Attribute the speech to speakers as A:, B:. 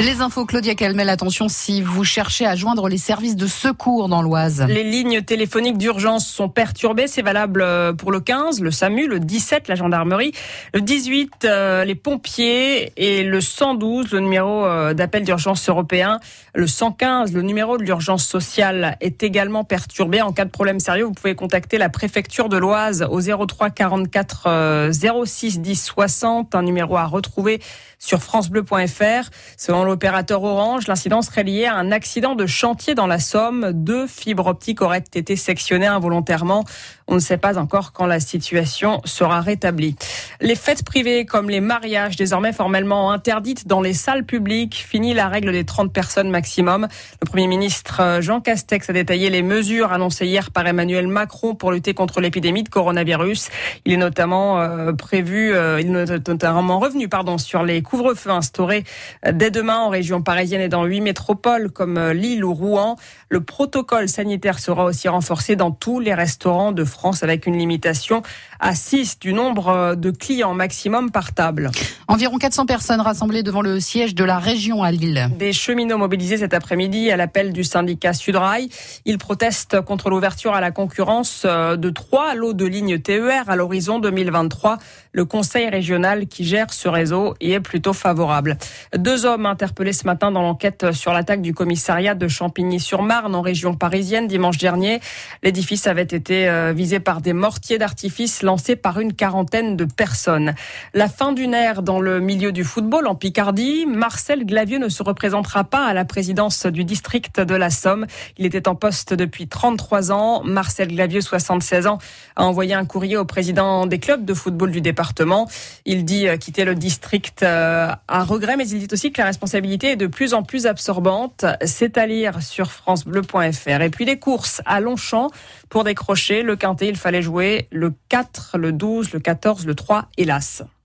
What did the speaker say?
A: Les infos, Claudia Calmel, attention si vous cherchez à joindre les services de secours dans l'Oise.
B: Les lignes téléphoniques d'urgence sont perturbées. C'est valable pour le 15, le SAMU, le 17, la gendarmerie, le 18, les pompiers et le 112, le numéro d'appel d'urgence européen. Le 115, le numéro de l'urgence sociale, est également perturbé. En cas de problème sérieux, vous pouvez contacter la préfecture de l'Oise au 03 44 06 10 60, un numéro à retrouver sur francebleu.fr. Selon l'opérateur Orange, l'incident serait lié à un accident de chantier dans la Somme. 2 fibres optiques auraient été sectionnées involontairement. On ne sait pas encore quand la situation sera rétablie. Les fêtes privées comme les mariages, désormais formellement interdites dans les salles publiques. Fini la règle des 30 personnes maximum. Le Premier ministre Jean Castex a détaillé les mesures annoncées hier par Emmanuel Macron pour lutter contre l'épidémie de coronavirus. Il est notamment revenu sur les couvre-feux instaurés dès demain en région parisienne et dans 8 métropoles comme Lille ou Rouen. Le protocole sanitaire sera aussi renforcé dans tous les restaurants de France avec une limitation à 6 du nombre de clients maximum par table.
A: Environ 400 personnes rassemblées devant le siège de la région à Lille.
B: Des cheminots mobilisés cet après-midi à l'appel du syndicat Sudrail. Ils protestent contre l'ouverture à la concurrence de 3 lots de lignes TER à l'horizon 2023. Le conseil régional qui gère ce réseau y est plutôt favorable. 2 hommes interpellés ce matin dans l'enquête sur l'attaque du commissariat de Champigny-sur-Marne en région parisienne dimanche dernier. L'édifice avait été visé par des mortiers d'artifice lancés par une quarantaine de personnes. La fin d'une ère dans le milieu du football en Picardie. Marcel Glavieux ne se représentera pas à la présidence du district de la Somme. Il était en poste depuis 33 ans. Marcel Glavieux, 76 ans, a envoyé un courrier au président des clubs de football du département. Il dit quitter le district à regret, mais il dit aussi que la responsabilité est de plus en plus absorbante. C'est à lire sur francebleu.fr. Et puis les courses à Longchamp pour décrocher le quintet. Il fallait jouer le 4, le 12, le 14, le 3 et l'As.